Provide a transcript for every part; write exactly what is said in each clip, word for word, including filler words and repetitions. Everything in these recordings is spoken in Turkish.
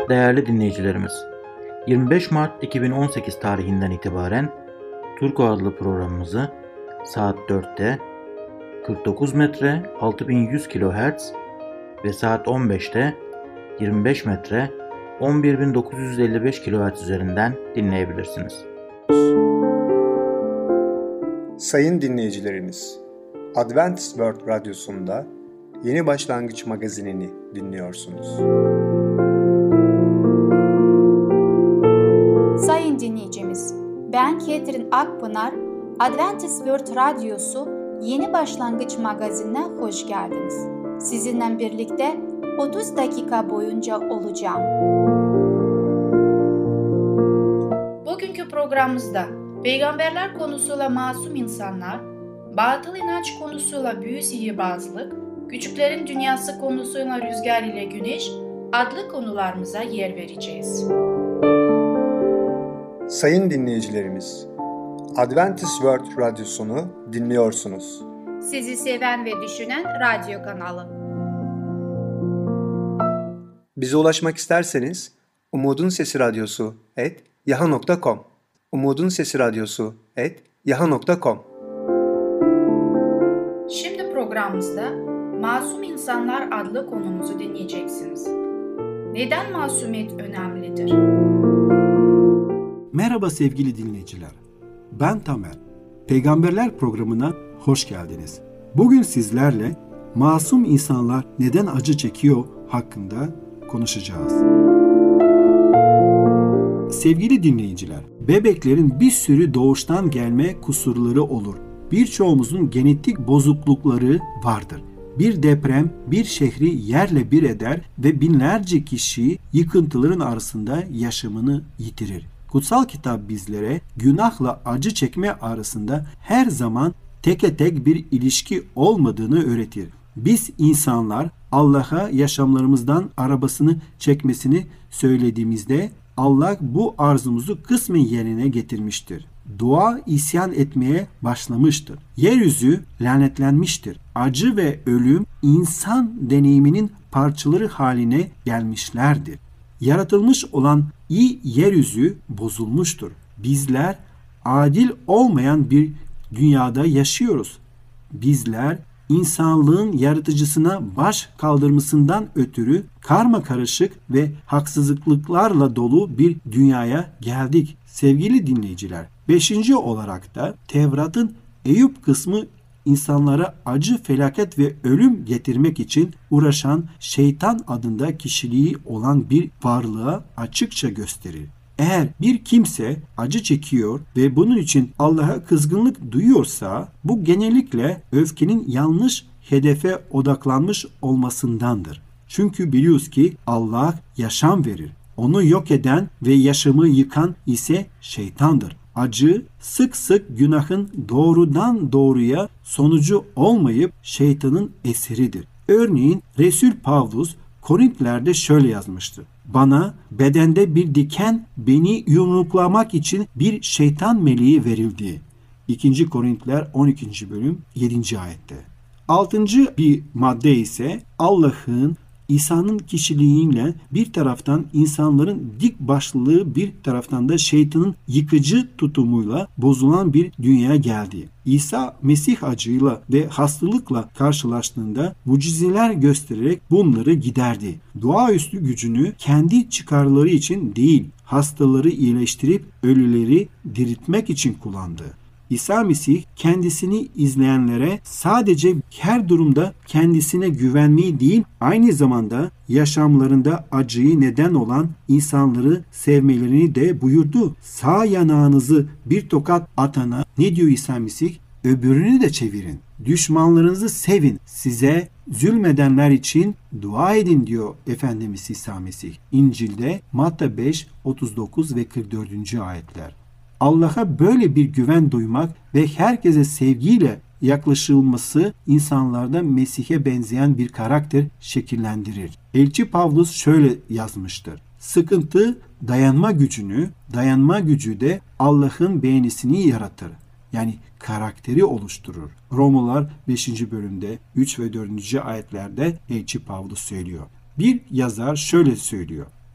Değerli dinleyicilerimiz, yirmi beş Mart iki bin on sekiz tarihinden itibaren Turko adlı programımızı saat dörtte kırk dokuz metre altı bin yüz kilohertz ve saat on beşte yirmi beş metre on bir bin dokuz yüz elli beş kilohertz üzerinden dinleyebilirsiniz. Sayın dinleyicilerimiz, Adventist World Radyosu'nda Yeni Başlangıç magazinini dinliyorsunuz. Sayın dinleyicimiz, ben Ketrin Akpınar, Adventist World Radyosu Yeni Başlangıç magazinine hoş geldiniz. Sizinle birlikte otuz dakika boyunca olacağım. Bugünkü programımızda peygamberler konusuyla masum insanlar, batıl inanç konusuyla büyü sihirbazlık, küçüklerin dünyası konusuyla rüzgar ile güneş adlı konularımıza yer vereceğiz. Sayın dinleyicilerimiz, Adventist World Radyosunu dinliyorsunuz. Sizi seven ve düşünen radyo kanalı. Bize ulaşmak isterseniz Umutun Sesi Radyosu et yaha nokta com Umutun Sesi Radyosu et yaha nokta com. Şimdi programımızda Masum İnsanlar adlı konumuzu dinleyeceksiniz. Neden masumiyet önemlidir? Merhaba sevgili dinleyiciler. Ben Tamer. Peygamberler programına hoş geldiniz. Bugün sizlerle masum insanlar neden acı çekiyor hakkında konuşacağız. Sevgili dinleyiciler, bebeklerin bir sürü doğuştan gelme kusurları olur. Birçoğumuzun genetik bozuklukları vardır. Bir deprem bir şehri yerle bir eder ve binlerce kişi yıkıntıların arasında yaşamını yitirir. Kutsal kitap bizlere günahla acı çekme arasında her zaman teke tek bir ilişki olmadığını öğretir. Biz insanlar Allah'a yaşamlarımızdan arabasını çekmesini söylediğimizde Allah bu arzumuzu kısmen yerine getirmiştir. Doğa isyan etmeye başlamıştır. Yeryüzü lanetlenmiştir. Acı ve ölüm insan deneyiminin parçaları haline gelmişlerdir. Yaratılmış olan iyi yeryüzü bozulmuştur. Bizler adil olmayan bir dünyada yaşıyoruz. Bizler insanlığın yaratıcısına baş kaldırmasından ötürü karmakarışık ve haksızlıklarla dolu bir dünyaya geldik. Sevgili dinleyiciler, beşinci olarak da Tevrat'ın Eyüp kısmı insanlara acı, felaket ve ölüm getirmek için uğraşan şeytan adında kişiliği olan bir varlığa açıkça gösterir. Eğer bir kimse acı çekiyor ve bunun için Allah'a kızgınlık duyuyorsa bu genellikle öfkenin yanlış hedefe odaklanmış olmasındandır. Çünkü biliyoruz ki Allah yaşam verir. Onu yok eden ve yaşamı yıkan ise şeytandır. Acı sık sık günahın doğrudan doğruya sonucu olmayıp şeytanın eseridir. Örneğin Resul Pavlus Korintlerde şöyle yazmıştır. Bana bedende bir diken beni yumruklamak için bir şeytan meleği verildi. İkinci Korintliler on ikinci bölüm yedinci ayette. Altıncı bir madde ise Allah'ın İsa'nın kişiliğiyle bir taraftan insanların dik başlılığı bir taraftan da şeytanın yıkıcı tutumuyla bozulan bir dünyaya geldi. İsa Mesih acıyla ve hastalıkla karşılaştığında mucizeler göstererek bunları giderdi. Doğaüstü gücünü kendi çıkarları için değil, hastaları iyileştirip ölüleri diriltmek için kullandı. İsa Mesih kendisini izleyenlere sadece her durumda kendisine güvenmeyi değil, aynı zamanda yaşamlarında acıyı neden olan insanları sevmelerini de buyurdu. Sağ yanağınızı bir tokat atana ne diyor İsa Mesih? Öbürünü de çevirin. Düşmanlarınızı sevin. Size zulmedenler için dua edin diyor Efendimiz İsa Mesih. İncil'de Matta beş, otuz dokuz ve kırk dördüncü ayetler. Allah'a böyle bir güven duymak ve herkese sevgiyle yaklaşılması insanlarda Mesih'e benzeyen bir karakter şekillendirir. Elçi Pavlus şöyle yazmıştır. Sıkıntı dayanma gücünü, dayanma gücü de Allah'ın beğenisini yaratır. Yani karakteri oluşturur. Romalılar beşinci bölümde üç ve dördüncü ayetlerde Elçi Pavlus söylüyor. Bir yazar şöyle söylüyor.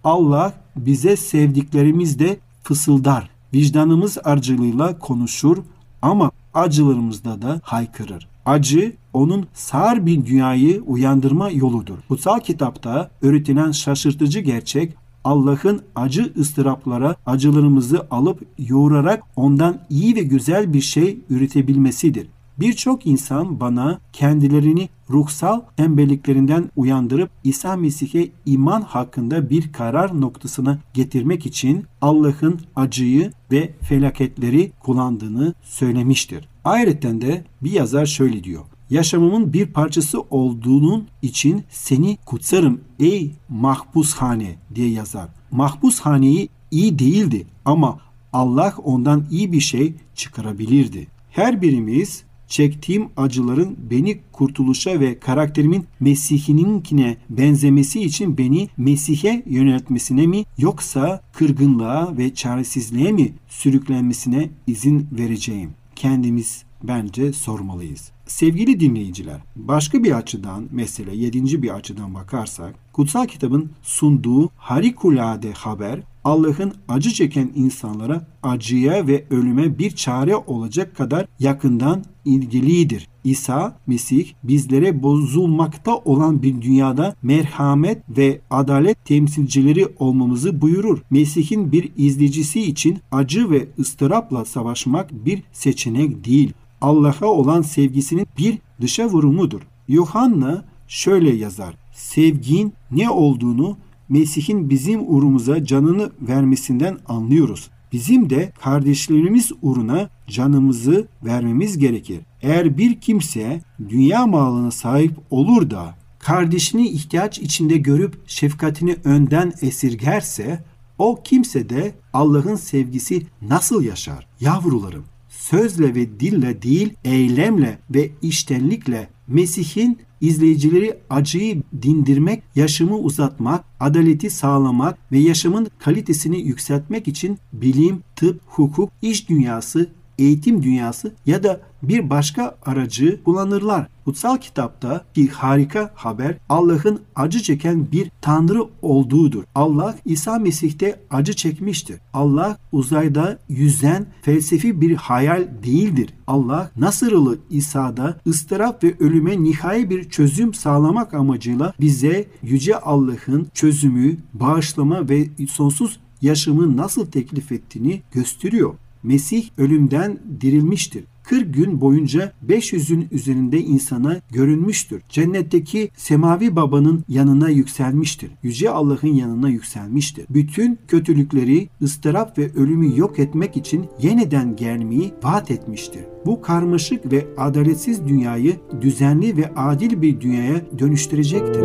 Allah bize sevdiklerimizde fısıldar. Vicdanımız aracılığıyla konuşur ama acılarımızda da haykırır. Acı onun sağır bir dünyayı uyandırma yoludur. Kutsal kitapta öğretilen şaşırtıcı gerçek Allah'ın acı ıstıraplara acılarımızı alıp yoğurarak ondan iyi ve güzel bir şey üretebilmesidir. Birçok insan bana kendilerini ruhsal tembelliklerinden uyandırıp İsa Mesih'e iman hakkında bir karar noktasına getirmek için Allah'ın acıyı ve felaketleri kullandığını söylemiştir. Ayrıca de bir yazar şöyle diyor: yaşamımın bir parçası olduğunun için seni kutsarım ey mahpushane diye yazar. Mahpushaneyi iyi değildi ama Allah ondan iyi bir şey çıkarabilirdi. Her birimiz çektiğim acıların beni kurtuluşa ve karakterimin Mesih'ininkine benzemesi için beni Mesih'e yöneltmesine mi yoksa kırgınlığa ve çaresizliğe mi sürüklenmesine izin vereceğim? Kendimiz bence sormalıyız. Sevgili dinleyiciler, başka bir açıdan, mesela yedinci bir açıdan bakarsak, kutsal kitabın sunduğu harikulade haber, Allah'ın acı çeken insanlara acıya ve ölüme bir çare olacak kadar yakından ilgilidir. İsa Mesih bizlere bozulmakta olan bir dünyada merhamet ve adalet temsilcileri olmamızı buyurur. Mesih'in bir izleyicisi için acı ve ıstırapla savaşmak bir seçenek değil, Allah'a olan sevgisinin bir dışa vurumudur. Yuhanna şöyle yazar: sevgin ne olduğunu Mesih'in bizim uğrumuza canını vermesinden anlıyoruz. Bizim de kardeşlerimiz uğruna canımızı vermemiz gerekir. Eğer bir kimse dünya malına sahip olur da kardeşini ihtiyaç içinde görüp şefkatini önden esirgerse, o kimse de Allah'ın sevgisi nasıl yaşar? Yavrularım, sözle ve dille değil, eylemle ve içtenlikle Mesih'in izleyicileri acıyı dindirmek, yaşamı uzatmak, adaleti sağlamak ve yaşamın kalitesini yükseltmek için bilim, tıp, hukuk, iş dünyası, eğitim dünyası ya da bir başka aracı kullanırlar. Kutsal kitapta ki harika haber Allah'ın acı çeken bir Tanrı olduğudur. Allah İsa Mesih'te acı çekmiştir. Allah uzayda yüzen felsefi bir hayal değildir. Allah Nasırlı İsa'da ıstırap ve ölüme nihai bir çözüm sağlamak amacıyla bize Yüce Allah'ın çözümü, bağışlama ve sonsuz yaşamı nasıl teklif ettiğini gösteriyor. Mesih ölümden dirilmiştir. kırk gün boyunca beş yüzün üzerinde insana görünmüştür. Cennetteki semavi babanın yanına yükselmiştir. Yüce Allah'ın yanına yükselmiştir. Bütün kötülükleri, ıstırap ve ölümü yok etmek için yeniden gelmeyi vaat etmiştir. Bu karmaşık ve adaletsiz dünyayı düzenli ve adil bir dünyaya dönüştürecektir.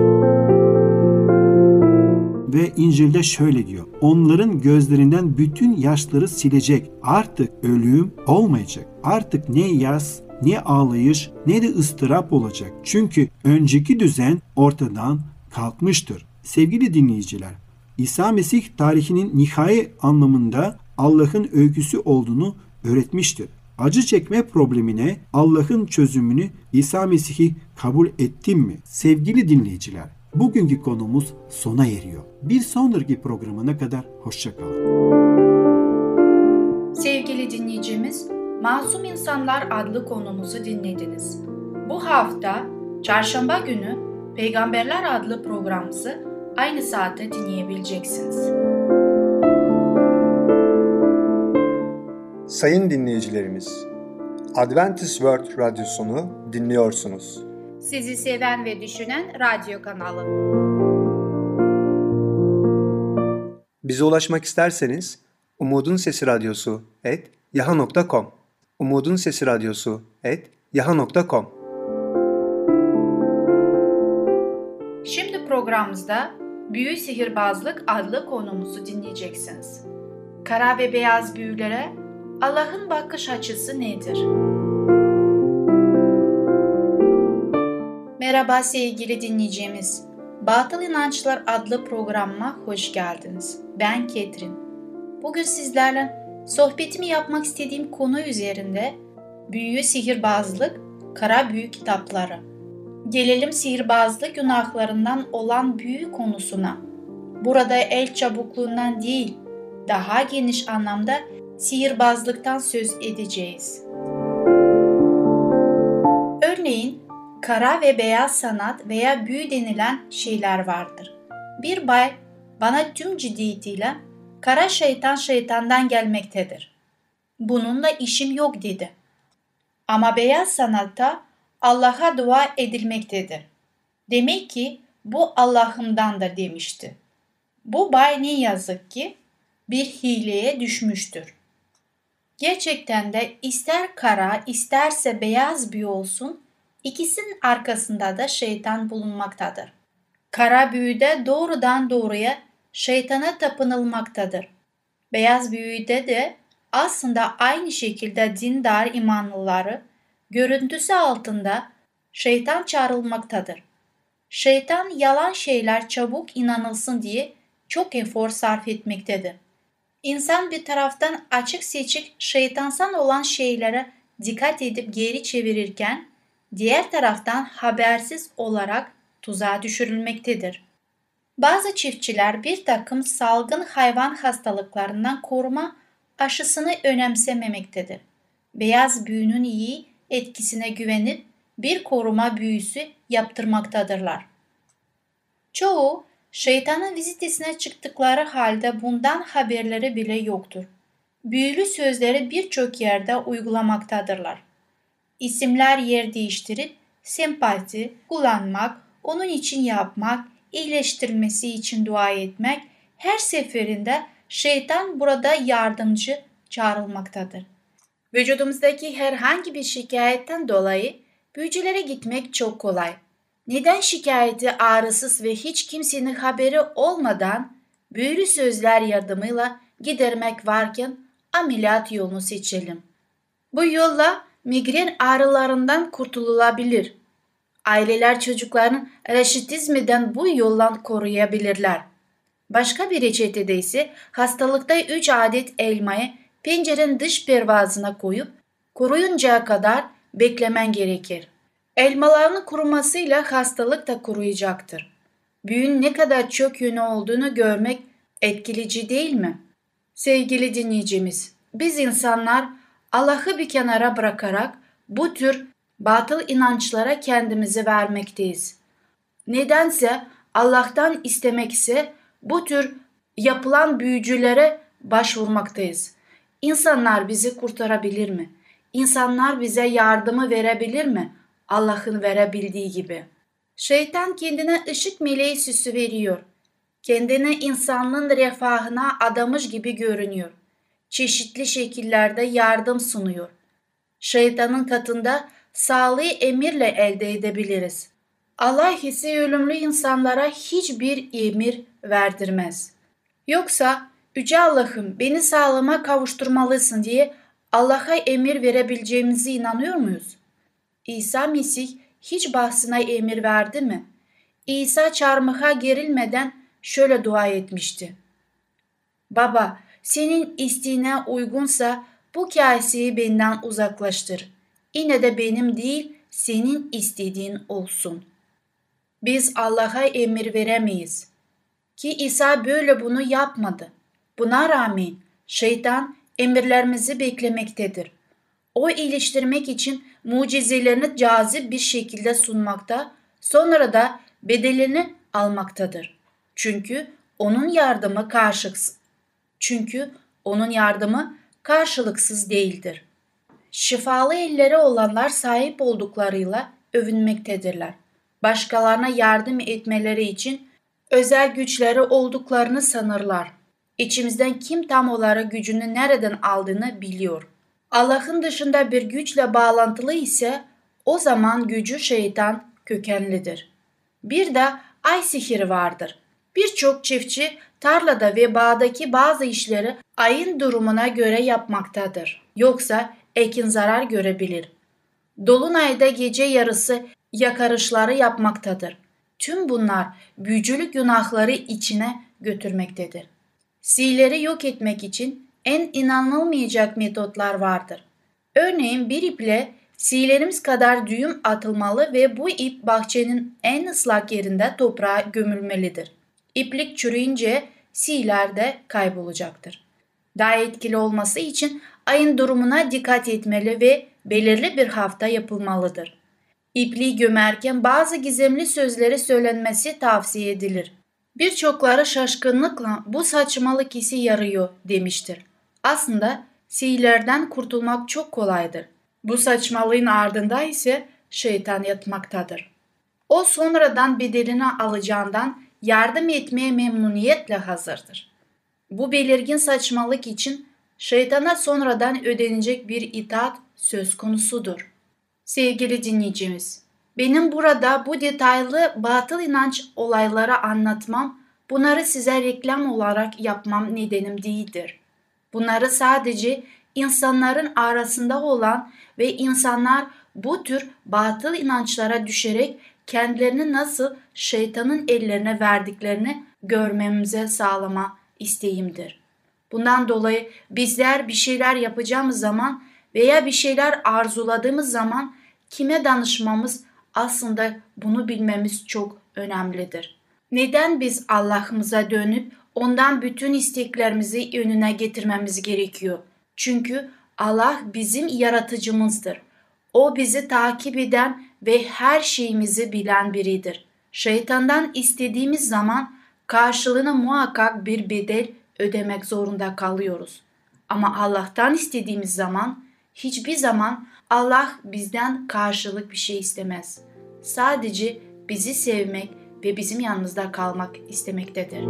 Ve İncil'de şöyle diyor: onların gözlerinden bütün yaşları silecek. Artık ölüm olmayacak. Artık ne yas, ne ağlayış, ne de ıstırap olacak. Çünkü önceki düzen ortadan kalkmıştır. Sevgili dinleyiciler, İsa Mesih tarihinin nihai anlamında Allah'ın öyküsü olduğunu öğretmiştir. Acı çekme problemine Allah'ın çözümünü İsa Mesih'i kabul ettin mi? Sevgili dinleyiciler, bugünkü konumuz sona eriyor. Bir sonraki programına kadar hoşça kalın. Sevgili dinleyicimiz, Masum İnsanlar adlı konumuzu dinlediniz. Bu hafta Çarşamba günü Peygamberler adlı programımızı aynı saatte dinleyebileceksiniz. Sayın dinleyicilerimiz, Adventist World Radyosunu dinliyorsunuz. Sizi seven ve düşünen radyo kanalı. Bize ulaşmak isterseniz Umutun Sesi Radyosu et yaha nokta com Umutun Sesi Radyosu et yaha nokta com. Şimdi programımızda Büyü Sihirbazlık adlı konumuzu dinleyeceksiniz. Kara ve beyaz büyülere Allah'ın bakış açısı nedir? Merhaba sevgili dinleyicimiz. Batıl İnançlar adlı programıma hoş geldiniz. Ben Ketrin. Bugün sizlerle sohbetimi yapmak istediğim konu üzerinde büyü, sihirbazlık, kara büyü kitapları. Gelelim sihirbazlık günahlarından olan büyü konusuna. Burada el çabukluğundan değil, daha geniş anlamda sihirbazlıktan söz edeceğiz. Örneğin, kara ve beyaz sanat veya büyü denilen şeyler vardır. Bir bay bana tüm ciddiyetiyle kara şeytan şeytandan gelmektedir. Bununla işim yok dedi. Ama beyaz sanatta Allah'a dua edilmektedir. Demek ki bu Allah'ımdandır demişti. Bu bay ne yazık ki bir hileye düşmüştür. Gerçekten de ister kara isterse beyaz büyü olsun, ikisinin arkasında da şeytan bulunmaktadır. Kara büyüde doğrudan doğruya şeytana tapınılmaktadır. Beyaz büyüde de aslında aynı şekilde dindar imanlıları görüntüsü altında şeytan çağrılmaktadır. Şeytan yalan şeyler çabuk inanılsın diye çok efor sarf etmektedir. İnsan bir taraftan açık seçik şeytansal olan şeylere dikkat edip geri çevirirken, diğer taraftan habersiz olarak tuzağa düşürülmektedir. Bazı çiftçiler bir takım salgın hayvan hastalıklarından koruma aşısını önemsememektedir. Beyaz büyünün iyi etkisine güvenip bir koruma büyüsü yaptırmaktadırlar. Çoğu şeytanın vizitesine çıktıkları halde bundan haberleri bile yoktur. Büyülü sözleri birçok yerde uygulamaktadırlar. İsimler yer değiştirip sempati kullanmak, onun için yapmak, iyileştirmesi için dua etmek, her seferinde şeytan burada yardımcı çağrılmaktadır. Vücudumuzdaki herhangi bir şikayetten dolayı büyücülere gitmek çok kolay. Neden şikayeti ağrısız ve hiç kimsenin haberi olmadan büyülü sözler yardımıyla gidermek varken ameliyat yolunu seçelim? Bu yolla migren ağrılarından kurtululabilir. Aileler çocuklarını raşitizmden bu yoldan koruyabilirler. Başka bir reçetede ise hastalıkta üç adet elmayı pencerenin dış pervazına koyup kuruyuncaya kadar beklemen gerekir. Elmaların kurumasıyla hastalık da kuruyacaktır. Büyünün ne kadar çok yönü olduğunu görmek etkileyici değil mi? Sevgili dinleyicimiz, biz insanlar Allah'ı bir kenara bırakarak bu tür batıl inançlara kendimizi vermekteyiz. Nedense Allah'tan istemekse bu tür yapılan büyücülere başvurmaktayız. İnsanlar bizi kurtarabilir mi? İnsanlar bize yardımı verebilir mi? Allah'ın verebildiği gibi. Şeytan kendine ışık meleği süsü veriyor. Kendine insanlığın refahına adamış gibi görünüyor. Çeşitli şekillerde yardım sunuyor. Şeytanın katında sağlığı emirle elde edebiliriz. Allah ise ölümlü insanlara hiçbir emir verdirmez. Yoksa Yüce Allah'ım beni sağlığıma kavuşturmalısın diye Allah'a emir verebileceğimize inanıyor muyuz? İsa Mesih hiç bahsine emir verdi mi? İsa çarmıha gerilmeden şöyle dua etmişti. Baba, senin isteğine uygunsa bu kaseyi benden uzaklaştır. Yine de benim değil, senin istediğin olsun. Biz Allah'a emir veremeyiz. Ki İsa böyle bunu yapmadı. Buna rağmen şeytan emirlerimizi beklemektedir. O iyileştirmek için mucizelerini cazip bir şekilde sunmakta, sonra da bedelini almaktadır. Çünkü onun yardımı karşılıksız. Çünkü onun yardımı karşılıksız değildir. Şifalı elleri olanlar sahip olduklarıyla övünmektedirler. Başkalarına yardım etmeleri için özel güçleri olduklarını sanırlar. İçimizden kim tam olarak gücünü nereden aldığını biliyor. Allah'ın dışında bir güçle bağlantılı ise o zaman gücü şeytan kökenlidir. Bir de ay sihiri vardır. Birçok çiftçi tarlada ve bağdaki bazı işleri ayın durumuna göre yapmaktadır. Yoksa ekin zarar görebilir. Dolunayda gece yarısı yakarışları yapmaktadır. Tüm bunlar büyücülük günahları içine götürmektedir. Sihirleri yok etmek için en inanılmayacak metotlar vardır. Örneğin bir iple sihirlerimiz kadar düğüm atılmalı ve bu ip bahçenin en ıslak yerinde toprağa gömülmelidir. İplik çürüyünce sihirler de kaybolacaktır. Daha etkili olması için ayın durumuna dikkat etmeli ve belirli bir hafta yapılmalıdır. İpliği gömerken bazı gizemli sözleri söylenmesi tavsiye edilir. Birçokları şaşkınlıkla bu saçmalık işe yarıyor demiştir. Aslında sihirlerden kurtulmak çok kolaydır. Bu saçmalığın ardında ise şeytan yatmaktadır. O sonradan bedelini alacağından yardım etmeye memnuniyetle hazırdır. Bu belirgin saçmalık için şeytana sonradan ödenecek bir itaat söz konusudur. Sevgili dinleyicimiz, benim burada bu detaylı batıl inanç olayları anlatmam, bunları size reklam olarak yapmam nedenim değildir. Bunları sadece insanların arasında olan ve insanlar bu tür batıl inançlara düşerek kendilerini nasıl şeytanın ellerine verdiklerini görmemize sağlama isteğimdir. Bundan dolayı bizler bir şeyler yapacağımız zaman veya bir şeyler arzuladığımız zaman kime danışmamız, aslında bunu bilmemiz çok önemlidir. Neden biz Allah'ımıza dönüp ondan bütün isteklerimizi önüne getirmemiz gerekiyor? Çünkü Allah bizim yaratıcımızdır. O bizi takip eden ve her şeyimizi bilen biridir. Şeytandan istediğimiz zaman karşılığına muhakkak bir bedel ödemek zorunda kalıyoruz. Ama Allah'tan istediğimiz zaman hiçbir zaman Allah bizden karşılık bir şey istemez. Sadece bizi sevmek ve bizim yanımızda kalmak istemektedir.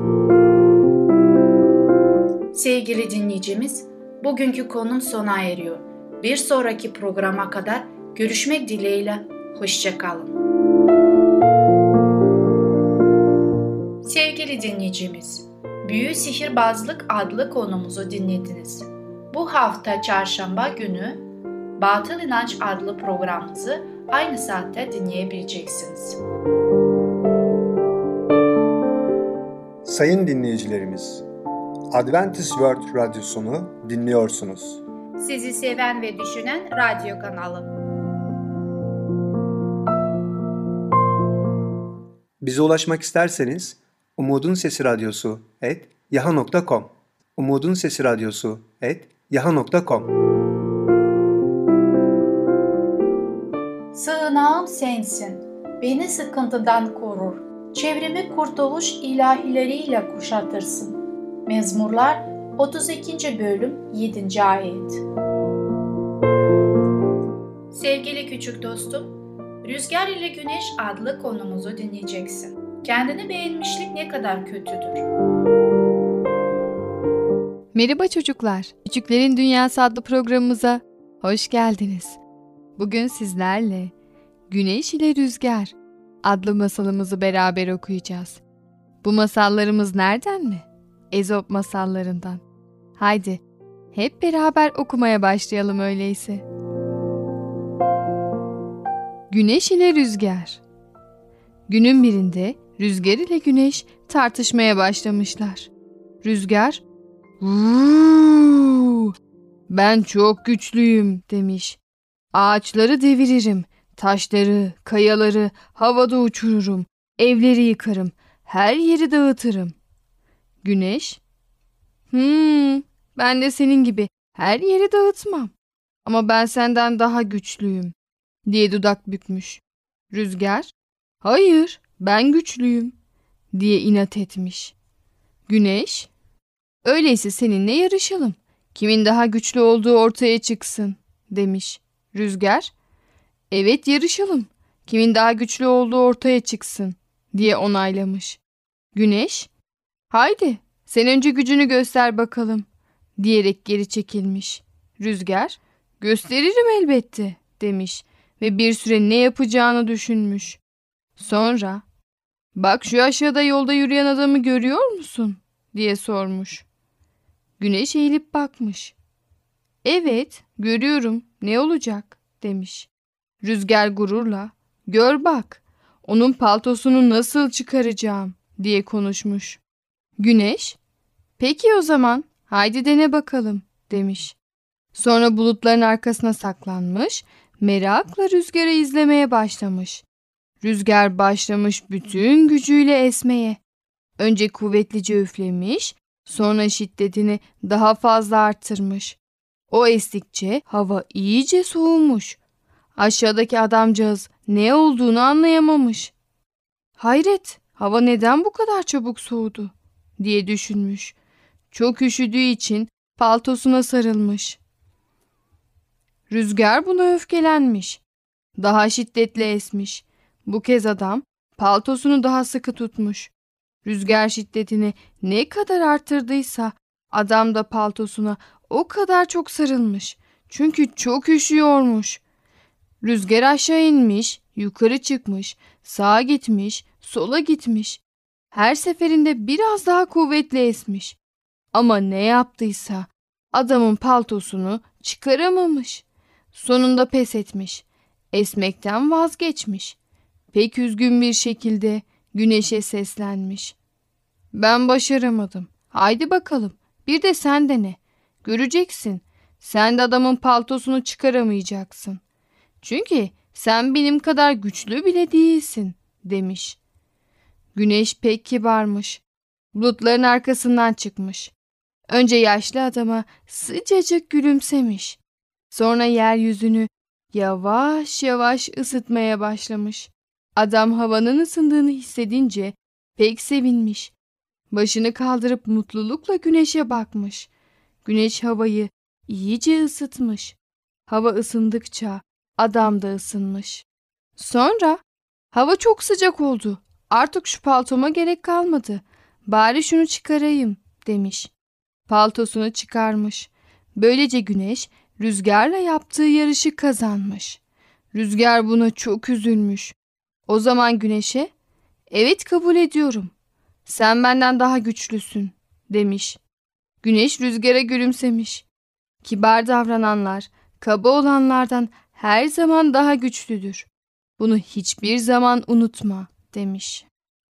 Sevgili dinleyicimiz, bugünkü konum sona eriyor. Bir sonraki programa kadar görüşmek dileğiyle, hoşça kalın. Sevgili dinleyicimiz, Büyü Sihirbazlık adlı konumuzu dinlediniz. Bu hafta çarşamba günü Batıl İnanç adlı programımızı aynı saatte dinleyebileceksiniz. Sayın dinleyicilerimiz, Adventist World Radyosunu dinliyorsunuz. Sizi seven ve düşünen radyo kanalı. Bize ulaşmak isterseniz Umutun Sesi Radyosu et yaha nokta com Umutun Sesi Radyosu et yaha nokta com. Sığınağım sensin, beni sıkıntıdan korur, çevremi kurtuluş ilahileriyle kuşatırsın. Mezmurlar otuz ikinci bölüm yedinci ayet. Sevgili küçük dostum, Rüzgar ile Güneş adlı konumuzu dinleyeceksin. Kendini beğenmişlik ne kadar kötüdür. Merhaba çocuklar, Küçüklerin Dünyası adlı programımıza hoş geldiniz. Bugün sizlerle Güneş ile Rüzgar adlı masalımızı beraber okuyacağız. Bu masallarımız nereden mi? Ezop masallarından. Haydi hep beraber okumaya başlayalım öyleyse. Güneş ile Rüzgar. Günün birinde Rüzgar ile Güneş tartışmaya başlamışlar. Rüzgar, "Vuuu, ben çok güçlüyüm," demiş. "Ağaçları deviririm, taşları, kayaları havada uçururum, evleri yıkarım, her yeri dağıtırım." Güneş, "Hmm, ben de senin gibi her yeri dağıtmam ama ben senden daha güçlüyüm," diye dudak bükmüş. Rüzgar, "Hayır, ben güçlüyüm," diye inat etmiş. Güneş, "Öyleyse seninle yarışalım. Kimin daha güçlü olduğu ortaya çıksın," demiş. Rüzgar, "Evet, yarışalım. Kimin daha güçlü olduğu ortaya çıksın," diye onaylamış. Güneş, "Haydi sen önce gücünü göster bakalım," diyerek geri çekilmiş. Rüzgar, "Gösteririm elbette," demiş ve bir süre ne yapacağını düşünmüş. Sonra, "Bak şu aşağıda yolda yürüyen adamı görüyor musun?" diye sormuş. Güneş eğilip bakmış. "Evet, görüyorum. Ne olacak?" demiş. Rüzgar gururla, "Gör bak, onun paltosunu nasıl çıkaracağım," diye konuşmuş. Güneş, "Peki o zaman, haydi dene bakalım," demiş. Sonra bulutların arkasına saklanmış, merakla rüzgarı izlemeye başlamış. Rüzgar başlamış bütün gücüyle esmeye. Önce kuvvetlice üflemiş, sonra şiddetini daha fazla arttırmış. O estikçe hava iyice soğumuş. Aşağıdaki adamcağız ne olduğunu anlayamamış. Hayret, hava neden bu kadar çabuk soğudu diye düşünmüş. Çok üşüdüğü için paltosuna sarılmış. Rüzgar buna öfkelenmiş. Daha şiddetli esmiş. Bu kez adam paltosunu daha sıkı tutmuş. Rüzgar şiddetini ne kadar arttırdıysa adam da paltosuna o kadar çok sarılmış. Çünkü çok üşüyormuş. Rüzgar aşağı inmiş, yukarı çıkmış, sağa gitmiş, sola gitmiş. Her seferinde biraz daha kuvvetli esmiş. Ama ne yaptıysa adamın paltosunu çıkaramamış. Sonunda pes etmiş. Esmekten vazgeçmiş. Pek üzgün bir şekilde güneşe seslenmiş. Ben başaramadım. Haydi bakalım, bir de sen dene. Göreceksin. Sen de adamın paltosunu çıkaramayacaksın. Çünkü sen benim kadar güçlü bile değilsin, demiş. Güneş pek kibarmış. Bulutların arkasından çıkmış. Önce yaşlı adama sıcacık gülümsemiş. Sonra yeryüzünü yavaş yavaş ısıtmaya başlamış. Adam havanın ısındığını hissedince pek sevinmiş. Başını kaldırıp mutlulukla güneşe bakmış. Güneş havayı iyice ısıtmış. Hava ısındıkça adam da ısınmış. Sonra hava çok sıcak oldu. Artık şu paltoma gerek kalmadı. Bari şunu çıkarayım, demiş. Paltosunu çıkarmış. Böylece güneş rüzgarla yaptığı yarışı kazanmış. Rüzgar buna çok üzülmüş. O zaman güneşe, evet kabul ediyorum. Sen benden daha güçlüsün, demiş. Güneş rüzgara gülümsemiş. Kibar davrananlar, kaba olanlardan her zaman daha güçlüdür. Bunu hiçbir zaman unutma, demiş.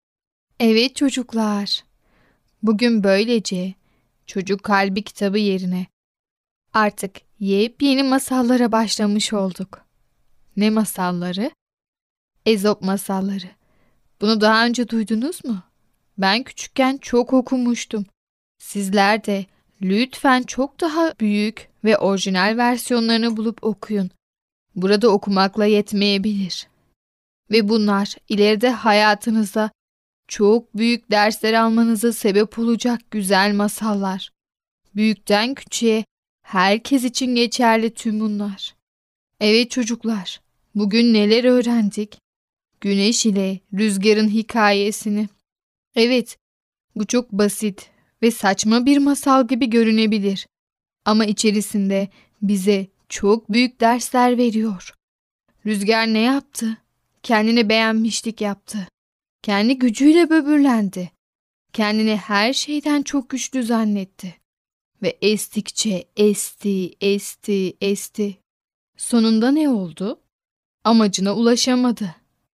Evet çocuklar, bugün böylece Çocuk Kalbi kitabı yerine artık yepyeni masallara başlamış olduk. Ne masalları? Ezop masalları. Bunu daha önce duydunuz mu? Ben küçükken çok okumuştum. Sizler de lütfen çok daha büyük ve orijinal versiyonlarını bulup okuyun. Burada okumakla yetmeyebilir. Ve bunlar ileride hayatınızda çok büyük dersler almanıza sebep olacak güzel masallar. Büyükten küçüğe herkes için geçerli tüm bunlar. Evet çocuklar, bugün neler öğrendik? Güneş ile rüzgarın hikayesini. Evet, bu çok basit ve saçma bir masal gibi görünebilir. Ama içerisinde bize çok büyük dersler veriyor. Rüzgar ne yaptı? Kendine beğenmişlik yaptı. Kendi gücüyle böbürlendi. Kendini her şeyden çok güçlü zannetti. Ve estikçe esti, esti, esti. Sonunda ne oldu? Amacına ulaşamadı.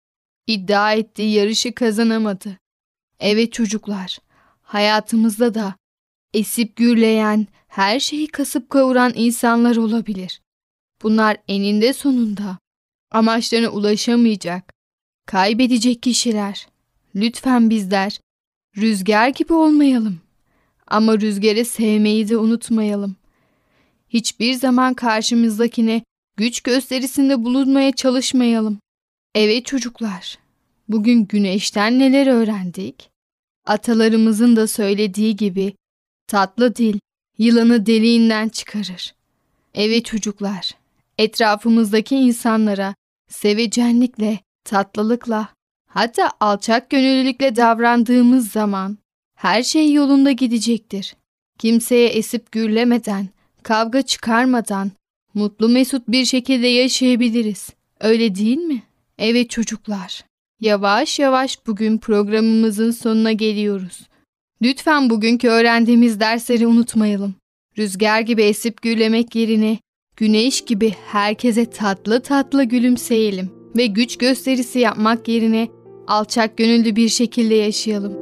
İddia ettiği yarışı kazanamadı. Evet çocuklar, hayatımızda da esip gürleyen, her şeyi kasıp kavuran insanlar olabilir. Bunlar eninde sonunda amaçlarına ulaşamayacak, kaybedecek kişiler. Lütfen bizler rüzgar gibi olmayalım. Ama rüzgarı sevmeyi de unutmayalım. Hiçbir zaman karşımızdakine güç gösterisinde bulunmaya çalışmayalım. Evet çocuklar, bugün güneşten neler öğrendik? Atalarımızın da söylediği gibi tatlı dil yılanı deliğinden çıkarır. Evet çocuklar, etrafımızdaki insanlara sevecenlikle, tatlılıkla, hatta alçak gönüllülükle davrandığımız zaman her şey yolunda gidecektir. Kimseye esip gürlemeden, kavga çıkarmadan, mutlu mesut bir şekilde yaşayabiliriz. Öyle değil mi? Evet çocuklar, yavaş yavaş bugün programımızın sonuna geliyoruz. Lütfen bugünkü öğrendiğimiz dersleri unutmayalım. Rüzgar gibi esip gürlemek yerine güneş gibi herkese tatlı tatlı gülümseyelim ve güç gösterisi yapmak yerine alçak gönüllü bir şekilde yaşayalım.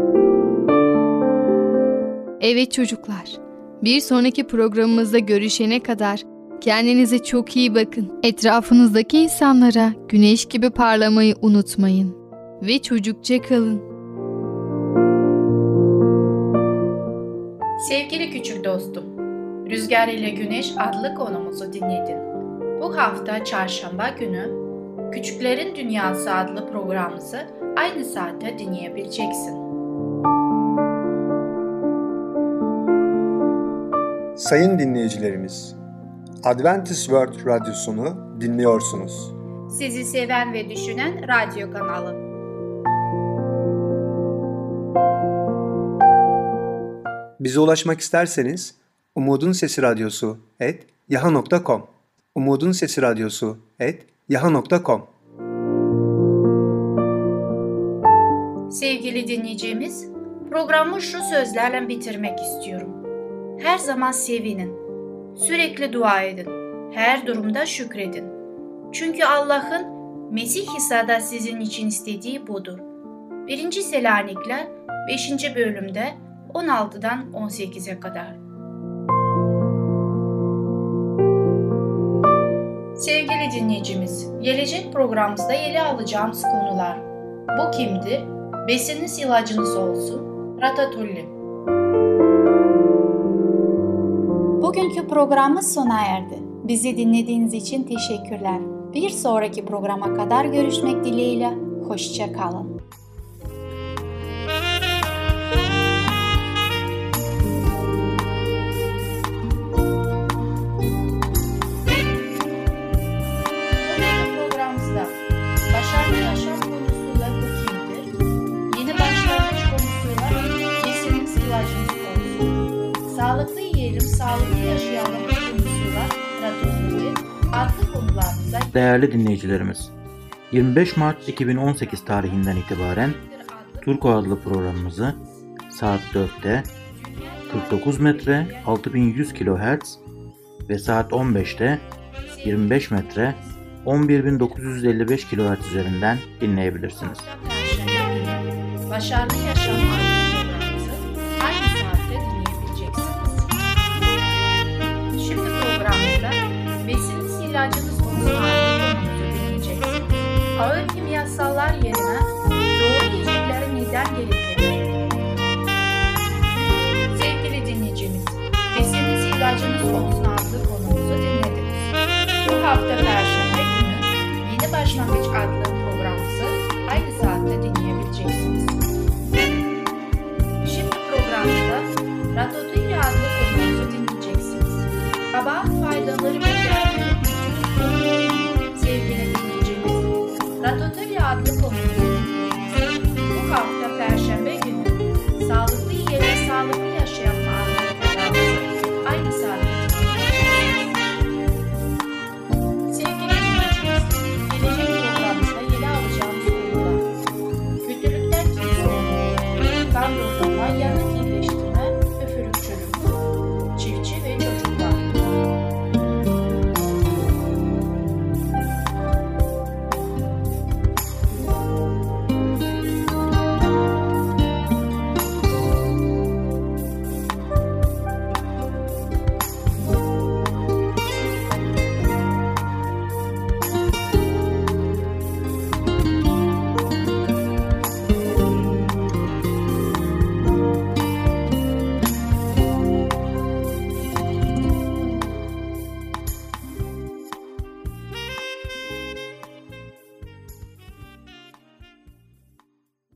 Evet çocuklar, bir sonraki programımızda görüşene kadar kendinize çok iyi bakın. Etrafınızdaki insanlara güneş gibi parlamayı unutmayın ve çocukça kalın. Sevgili küçük dostum, Rüzgar ile Güneş adlı konumuzu dinledin. Bu hafta çarşamba günü Küçüklerin Dünyası adlı programımızı aynı saatte dinleyebileceksin. Sayın dinleyicilerimiz, Adventist World Radyosunu dinliyorsunuz. Sizi seven ve düşünen radyo kanalı. Bize ulaşmak isterseniz Umutun Sesi Radyosu et yaha nokta com Umutun Sesi Radyosu et yaha nokta com. Sevgili dinleyicimiz, programı şu sözlerle bitirmek istiyorum. Her zaman sevinin, sürekli dua edin, her durumda şükredin. Çünkü Allah'ın Mesih İsa'da sizin için istediği budur. birinci Selanikliler beşinci bölümde on altıdan on sekize kadar. Sevgili dinleyicimiz, gelecek programımızda ele alacağımız konular: bu kimdir? Besiniz ilacınız olsun. Ratatouille. Bugünkü programımız sona erdi. Bizi dinlediğiniz için teşekkürler. Bir sonraki programa kadar görüşmek dileğiyle. Hoşça kalın. Bugünkü programımızda başarılı yaşam konusuyla bu kimdir? Yeni başlangıç konusuyla besiniz ilacınız olsun. Sağlıklı yiyelim, sağlıklı yaşayalım konusuyla ratatouille adlı konularımıza. Değerli dinleyicilerimiz, yirmi beş Mart iki bin on sekiz tarihinden itibaren Turko adlı programımızı saat dörtte kırk dokuz metre altı bin yüz kilohertz ve saat on beşte yirmi beş metre on bir bin dokuz yüz elli beş kilohertz üzerinden dinleyebilirsiniz. Başarılı Yaşam adlı programımızı aynı saatte dinleyebileceksiniz. Şimdi programımızda besiniz ilacınız olsun adlı konumuzu dinleyeceksiniz. Ağır kimyasallar yerine doğru yiyecekleri neden gerektirir? Sevgili dinleyicimiz, besiniz ilacınız olsun adlı konumuzu dinlediniz. Bu hafta Perşembe günü Yeni Başlangıç adlı programımızı aynı saatte dinleyebileceksiniz. Şimdi programda Ratatouille adlı konumuzu dinleyeceksiniz. Kabahat faydaları ve değerleri. Sevgili dinleyicimiz, Ratatouille adlı konumuzu dinleyeceksiniz. Bu hafta Perşembe günü sağlıklı yiyelim, sağlıklı yaşayan adlı programımızı aynı saatte dinleyebileceksiniz. Sevgili dinleyicimiz, gelecek programımızda ele alacağımız konular: kötülükten kimse olmuyor, kan yolda